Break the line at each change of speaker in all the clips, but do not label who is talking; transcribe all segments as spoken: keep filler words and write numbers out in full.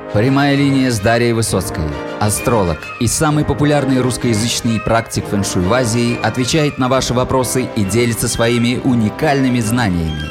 Прямая линия с Дарьей Высоцкой. Астролог и самый популярный русскоязычный практик фэн-шуй в Азии отвечает на ваши вопросы и делится своими уникальными знаниями.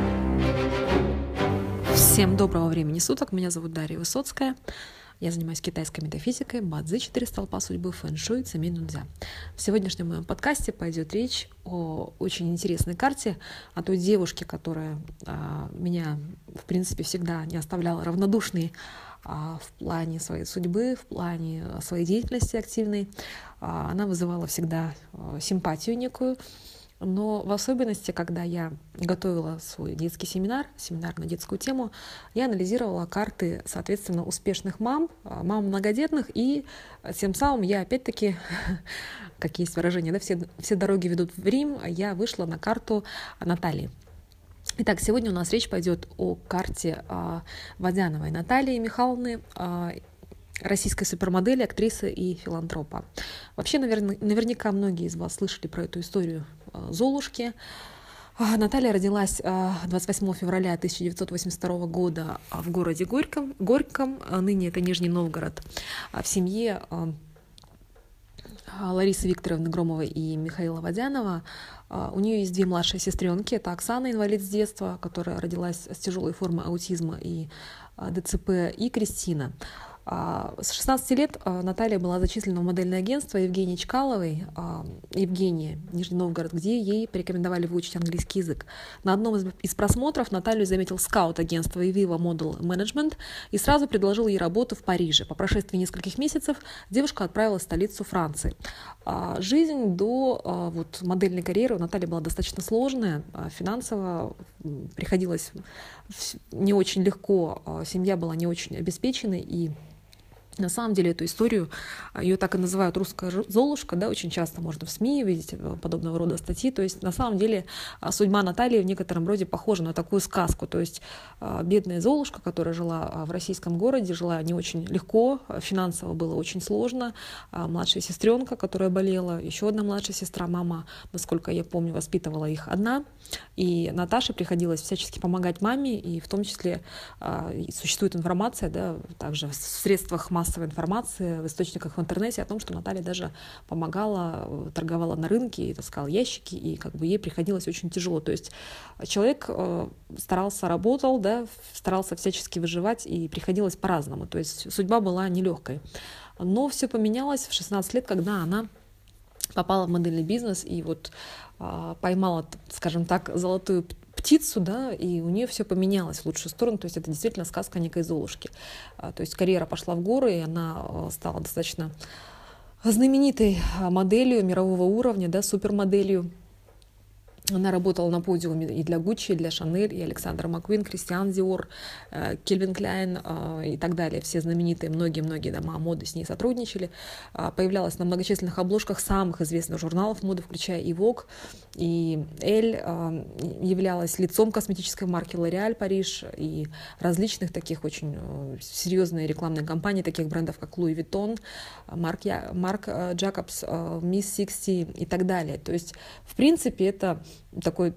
Всем доброго времени суток. Меня зовут Дарья Высоцкая. Я занимаюсь китайской метафизикой, бадзи, четыре столпа судьбы, фэн-шуй, цемень нудзя. В сегодняшнем моем подкасте пойдет речь о очень интересной карте, о той девушке, которая а, меня, в принципе, всегда не оставляла равнодушной а, в плане своей судьбы, в плане своей деятельности активной. А, она вызывала всегда а, симпатию некую. Но в особенности, когда я готовила свой детский семинар, семинар на детскую тему, я анализировала карты, соответственно, успешных мам, мам многодетных, и тем самым я опять-таки, как есть выражение, да, все, все дороги ведут в Рим, я вышла на карту Натальи. Итак, сегодня у нас речь пойдет о карте а, Водяновой Натальи Михайловны, а, российской супермодели, актрисы и филантропа. Вообще, наверное, наверняка многие из вас слышали про эту историю Золушки. Наталья родилась двадцать восьмого февраля тысяча девятьсот восемьдесят второго года в городе Горьком, Горьком, ныне это Нижний Новгород, в семье Ларисы Викторовны Громовой и Михаила Водянова. У нее есть две младшие сестренки. Это Оксана, инвалид с детства, которая родилась с тяжелой формой аутизма и ДЦП, и Кристина. С шестнадцати лет Наталья была зачислена в модельное агентство Евгении Чкаловой, Евгения, Нижний Новгород, где ей порекомендовали выучить английский язык. На одном из просмотров Наталью заметил скаут агентства Viva Model Management и сразу предложил ей работу в Париже. По прошествии нескольких месяцев девушка отправилась в столицу Франции. Жизнь до вот, модельной карьеры у Натальи была достаточно сложная, финансово приходилось не очень легко, семья была не очень обеспеченной, и на самом деле эту историю, ее так и называют русская Золушка, да, очень часто можно в СМИ видеть подобного рода статьи. То есть на самом деле судьба Натальи в некотором роде похожа на такую сказку. То есть бедная Золушка, которая жила в российском городе, жила не очень легко, финансово было очень сложно. Младшая сестренка, которая болела, еще одна младшая сестра, мама, насколько я помню, воспитывала их одна. И Наташе приходилось всячески помогать маме, и в том числе существует информация, да, также в средствах массовой массовой информации, в источниках в интернете о том, что Наталья даже помогала, торговала на рынке, таскала ящики, и как бы ей приходилось очень тяжело. То есть человек старался, работал, да, старался всячески выживать, и приходилось по-разному. То есть судьба была нелегкой. Но все поменялось в шестнадцать лет, когда она попала в модельный бизнес и вот а, поймала, скажем так, золотую птицу, да, и у нее все поменялось в лучшую сторону. То есть это действительно сказка некой Золушки. А, то есть карьера пошла в горы, и она стала достаточно знаменитой моделью мирового уровня, да, супермоделью. Она работала на подиуме и для Гуччи, и для Шанель, и Александра Маккуин, Кристиан Диор, Кельвин Кляйн и так далее. Все знаменитые, многие-многие дома моды с ней сотрудничали. Появлялась на многочисленных обложках самых известных журналов моды, включая и Vogue, и Elle. Являлась лицом косметической марки L'Oréal Париж и различных таких очень серьезных рекламных кампаний, таких брендов, как Louis Vuitton, Марк Jacobs, Miss шестьдесят и так далее. То есть, в принципе, это такой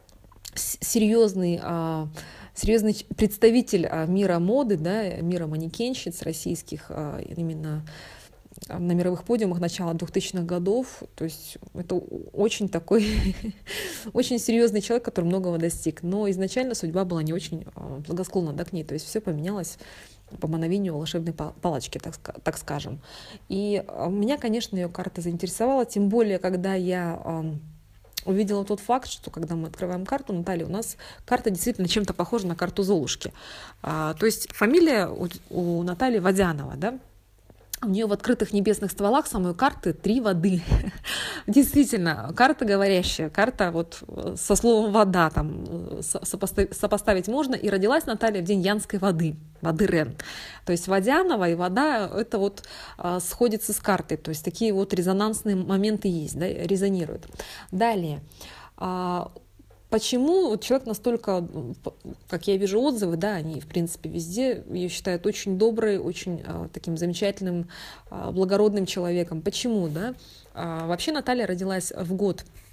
серьезный, серьезный представитель мира моды, да, мира манекенщиц российских, именно на мировых подиумах начала двухтысячных годов. То есть это очень такой, очень серьезный человек, который многого достиг. Но изначально судьба была не очень благосклонна, да, к ней. То есть все поменялось по мановению волшебной палочки, так, так скажем. И меня, конечно, ее карта заинтересовала, тем более, когда я увидела тот факт, что когда мы открываем карту Натальи, у нас карта действительно чем-то похожа на карту Золушки. А, то есть фамилия у, у Натальи Водянова, да? У нее в открытых небесных стволах самой карты три воды. Действительно, карта говорящая, карта вот со словом вода там сопоставить, сопоставить можно. И родилась Наталья в день Янской воды, воды Рен. То есть Водянова и вода, это вот а, сходится с картой. То есть такие вот резонансные моменты есть, да, резонируют. Далее. А, Почему вот человек настолько, как я вижу отзывы, да, они, в принципе, везде ее считают очень доброй, очень а, таким замечательным, а, благородным человеком. Почему, да? А, вообще Наталья родилась в год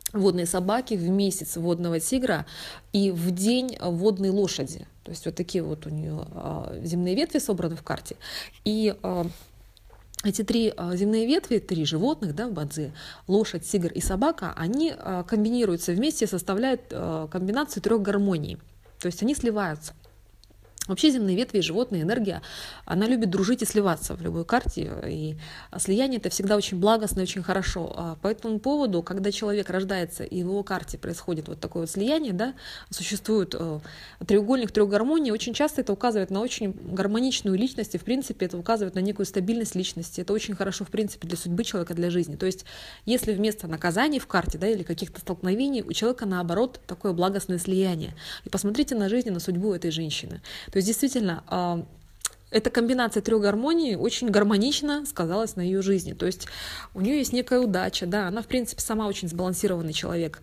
водной собаки, в месяц водного тигра и в день водной лошади. То есть вот такие вот у нее земные ветви собраны в карте. И эти три земные ветви, три животных, да, в бадзи, лошадь, тигр и собака, они комбинируются вместе, составляют комбинацию трех гармоний. То есть они сливаются. Вообще земные ветви и животные, энергия, она любит дружить и сливаться в любой карте, и слияние — это всегда очень благостно и очень хорошо. По этому поводу, когда человек рождается и в его карте происходит вот такое вот слияние, да, существует треугольник трех гармоний, очень часто это указывает на очень гармоничную личность, и в принципе это указывает на некую стабильность личности. Это очень хорошо в принципе для судьбы человека, для жизни. То есть если вместо наказаний в карте, да, или каких-то столкновений у человека наоборот такое благостное слияние. И посмотрите на жизнь, на судьбу этой женщины. То есть действительно, эта комбинация трех гармоний очень гармонично сказалась на ее жизни. То есть у нее есть некая удача, да, она в принципе сама очень сбалансированный человек.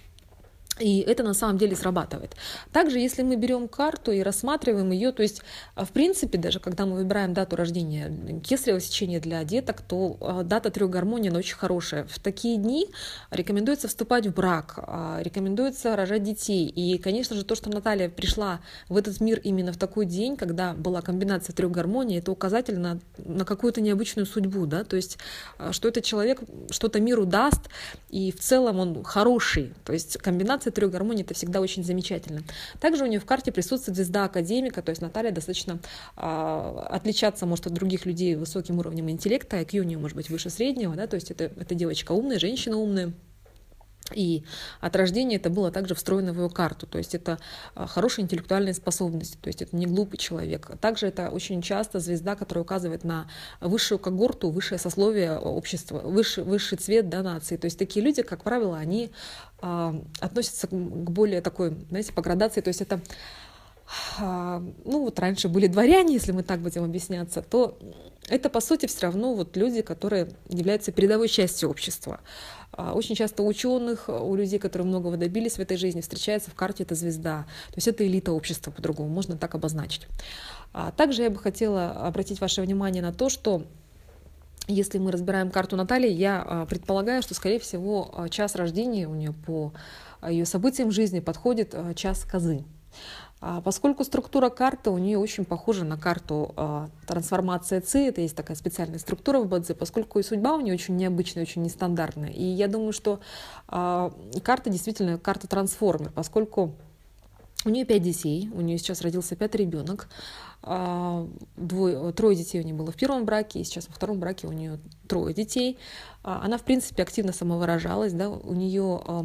И это на самом деле срабатывает. Также, если мы берем карту и рассматриваем ее, то есть, в принципе, даже когда мы выбираем дату рождения, кесарево сечение для деток, то дата трех гармоний, она очень хорошая. В такие дни рекомендуется вступать в брак, рекомендуется рожать детей. И, конечно же, то, что Наталья пришла в этот мир именно в такой день, когда была комбинация трех гармоний, это указатель на, на какую-то необычную судьбу, да, то есть, что этот человек что-то миру даст, и в целом он хороший, то есть комбинация трех гармоний — это всегда очень замечательно. Также у нее в карте присутствует звезда академика, то есть Наталья достаточно э, отличаться может от других людей высоким уровнем интеллекта, ай кью у нее может быть выше среднего, да, то есть это, это девочка умная, женщина умная. И от рождения это было также встроено в ее карту, то есть это хорошие интеллектуальные способности, то есть это не глупый человек. Также это очень часто звезда, которая указывает на высшую когорту, высшее сословие общества, высший, высший цвет, да, нации. То есть такие люди, как правило, они а, относятся к более такой, знаете, по градации, то есть это, а, ну вот раньше были дворяне, если мы так будем объясняться, то это, по сути, все равно вот люди, которые являются передовой частью общества. Очень часто у ученых, у людей, которые многого добились в этой жизни, встречается в карте эта звезда. То есть это элита общества, по-другому можно так обозначить. Также я бы хотела обратить ваше внимание на то, что если мы разбираем карту Натальи, я предполагаю, что, скорее всего, час рождения у нее по ее событиям жизни подходит час козы. Поскольку структура карты у нее очень похожа на карту э, трансформация ЦИ, это есть такая специальная структура в бадзи, поскольку и судьба у нее очень необычная, очень нестандартная. И я думаю, что э, карта действительно карта-трансформер, поскольку у нее пять детей, у нее сейчас родился пятый ребенок, э, двое, трое детей у нее было в первом браке, и сейчас во втором браке у нее трое детей. Э, она, в принципе, активно самовыражалась, да, у нее... Э,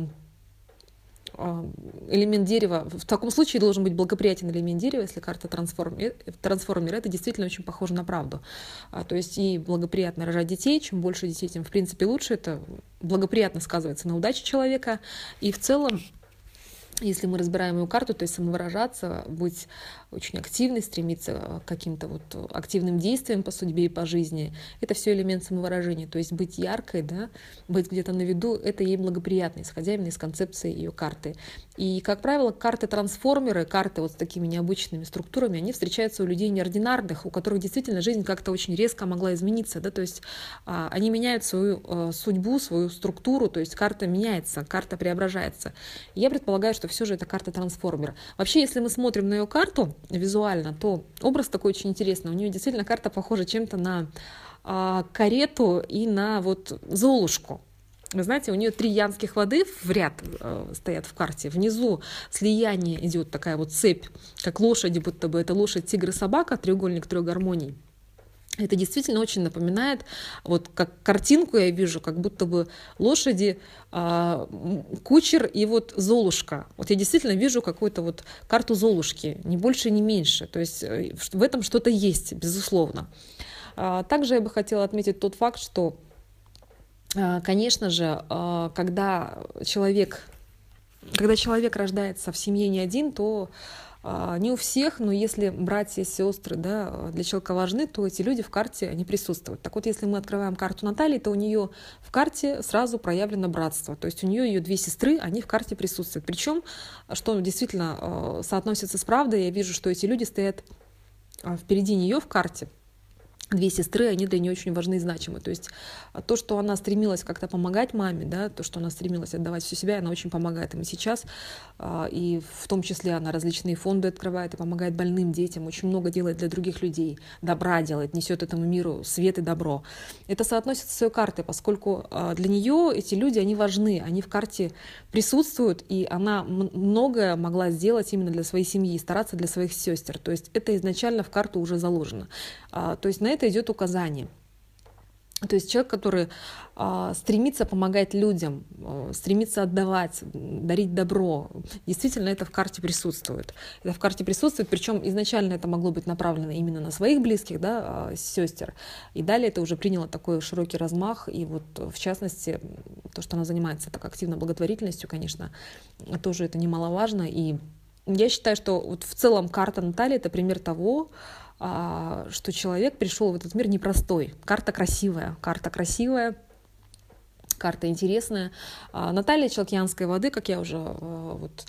элемент дерева, в таком случае должен быть благоприятен элемент дерева, если карта трансформер, трансформер, это действительно очень похоже на правду. То есть ей благоприятно рожать детей, чем больше детей, тем в принципе лучше, это благоприятно сказывается на удаче человека, и в целом, если мы разбираем ее карту, то есть самовыражаться, быть очень активной, стремиться к каким-то вот активным действиям по судьбе и по жизни, это все элемент самовыражения. То есть быть яркой, да, быть где-то на виду, это ей благоприятно, исходя именно из концепции ее карты. И, как правило, карты-трансформеры, карты вот с такими необычными структурами, они встречаются у людей неординарных, у которых действительно жизнь как-то очень резко могла измениться. Да? То есть а, они меняют свою а, судьбу, свою структуру, то есть карта меняется, карта преображается. И я предполагаю, что все же это карта-трансформер. Вообще, если мы смотрим на ее карту визуально, то образ такой очень интересный. У нее действительно карта похожа чем-то на а, карету и на вот Золушку. Вы знаете, у нее три янских воды в ряд э, стоят в карте. Внизу слияние идет такая вот цепь, как лошади, будто бы это лошадь, тигр и собака, треугольник трех гармоний. Это действительно очень напоминает, вот как картинку я вижу, как будто бы лошади, э, кучер и вот Золушка. Вот я действительно вижу какую-то вот карту Золушки, ни больше, ни меньше. То есть э, в этом что-то есть, безусловно. А, также я бы хотела отметить тот факт, что, э, конечно же, э, когда человек, когда человек рождается в семье не один, то не у всех, но если братья и сестры, да, для человека важны, то эти люди в карте, они присутствуют. Так вот, если мы открываем карту Натальи, то у нее в карте сразу проявлено братство. То есть у нее ее две сестры, они в карте присутствуют. Причем, что действительно соотносится с правдой, я вижу, что эти люди стоят впереди нее в карте. две сестры, они для нее очень важны и значимы. То есть то, что она стремилась как-то помогать маме, да, то, что она стремилась отдавать всю себя, она очень помогает им и сейчас. И в том числе она различные фонды открывает и помогает больным детям, очень много делает для других людей, добра делает, несет этому миру свет и добро. Это соотносится с ее картой, поскольку для нее эти люди, они важны, они в карте присутствуют, и она многое могла сделать именно для своей семьи, стараться для своих сестер. То есть это изначально в карту уже заложено. То есть на это идет указание. То есть человек, который э, стремится помогать людям, э, стремится отдавать, дарить добро, действительно это в карте присутствует. Это в карте присутствует, причем изначально это могло быть направлено именно на своих близких, да, э, сестер. И далее это уже приняло такой широкий размах. И вот в частности, то, что она занимается так активно благотворительностью, конечно, тоже это немаловажно. И я считаю, что вот в целом карта Натальи — это пример того, что человек пришел в этот мир непростой. Карта красивая, карта красивая, карта интересная. Наталья Челкиянской воды, как я уже вот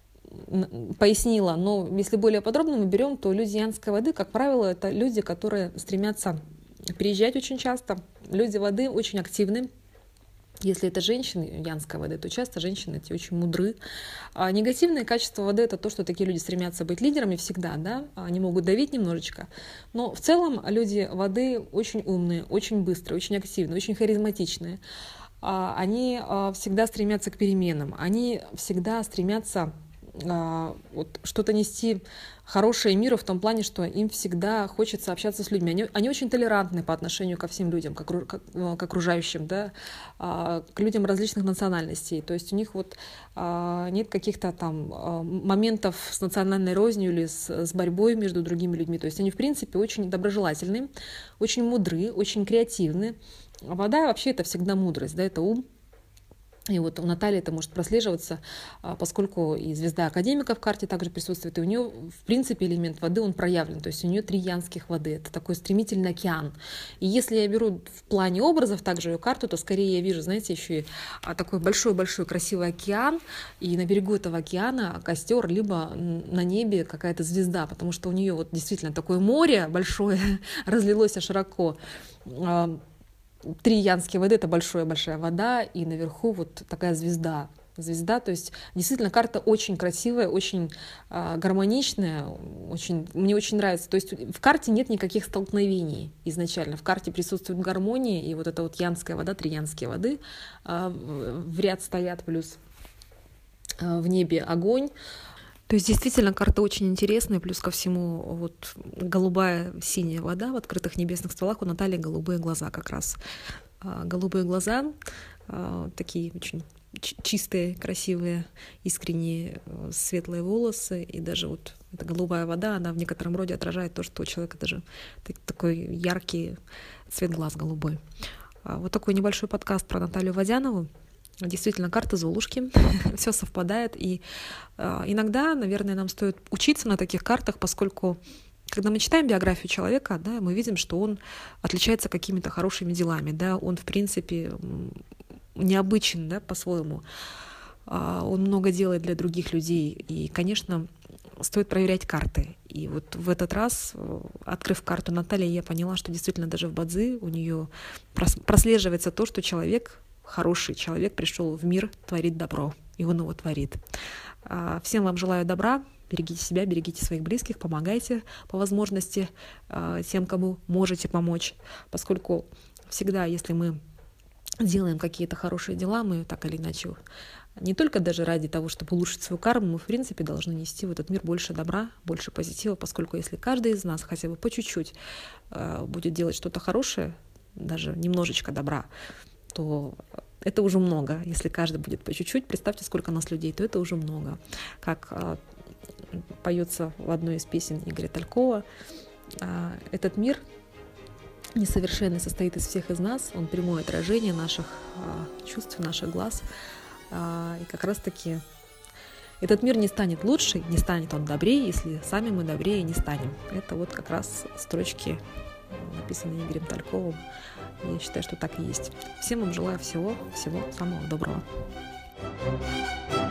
пояснила, но если более подробно мы берем, то люди Янской воды, как правило, это люди, которые стремятся переезжать очень часто. Люди воды очень активны. Если это женщины Янской воды, то часто женщины эти очень мудры. А негативное качество воды — это то, что такие люди стремятся быть лидерами всегда, да? Они могут давить немножечко. Но в целом люди воды очень умные, очень быстрые, очень активные, очень харизматичные. Они всегда стремятся к переменам, они всегда стремятся вот, что-то нести хорошее миру в том плане, что им всегда хочется общаться с людьми. Они, они очень толерантны по отношению ко всем людям, к, к, к окружающим, да, к людям различных национальностей. То есть у них вот нет каких-то там моментов с национальной рознью или с, с борьбой между другими людьми. То есть они, в принципе, очень доброжелательны, очень мудры, очень креативны. А вода вообще это всегда мудрость, да, это ум. И вот у Натальи это может прослеживаться, поскольку и звезда академика в карте также присутствует, и у нее, в принципе, элемент воды, он проявлен. То есть у нее три янских воды. Это такой стремительный океан. И если я беру в плане образов также ее карту, то скорее я вижу, знаете, еще и такой большой-большой красивый океан, и на берегу этого океана костер, либо на небе какая-то звезда, потому что у нее вот действительно такое море большое разлилось широко. Три янские воды — это большая-большая вода, и наверху вот такая звезда. Звезда, то есть действительно карта очень красивая, очень э, гармоничная, очень, мне очень нравится. То есть в карте нет никаких столкновений изначально. В карте присутствует гармония, и вот эта вот янская вода, три янские воды э, в ряд стоят, плюс э, в небе огонь. То есть действительно карта очень интересная, плюс ко всему вот голубая синяя вода в открытых небесных стволах, у Натальи голубые глаза как раз. Голубые глаза, такие очень чистые, красивые, искренние, светлые волосы, и даже вот эта голубая вода, она в некотором роде отражает то, что у человека даже такой яркий цвет глаз голубой. Вот такой небольшой подкаст про Наталью Водянову. Действительно, карта Золушки, все совпадает, и э, иногда, наверное, нам стоит учиться на таких картах, поскольку, когда мы читаем биографию человека, да, мы видим, что он отличается какими-то хорошими делами, да, он, в принципе, необычен, да, по-своему, э, он много делает для других людей, и, конечно, стоит проверять карты. И вот в этот раз, открыв карту Натальи, я поняла, что действительно даже в Бадзи у нее прослеживается то, что человек, хороший человек, пришел в мир творить добро, и он его творит. Всем вам желаю добра, берегите себя, берегите своих близких, помогайте по возможности тем, кому можете помочь, поскольку всегда, если мы делаем какие-то хорошие дела, мы так или иначе не только даже ради того, чтобы улучшить свою карму, мы, в принципе, должны нести в этот мир больше добра, больше позитива, поскольку если каждый из нас хотя бы по чуть-чуть будет делать что-то хорошее, даже немножечко добра, то это уже много. Если каждый будет по чуть-чуть, представьте, сколько нас людей, то это уже много. Как э, поется в одной из песен Игоря Талькова, э, этот мир несовершенный состоит из всех из нас, он прямое отражение наших э, чувств, наших глаз. Э, и как раз-таки этот мир не станет лучше, не станет он добрее, если сами мы добрее не станем. Это вот как раз строчки, написанные Игорем Тальковым. Я считаю, что так и есть. Всем вам желаю всего, всего самого доброго.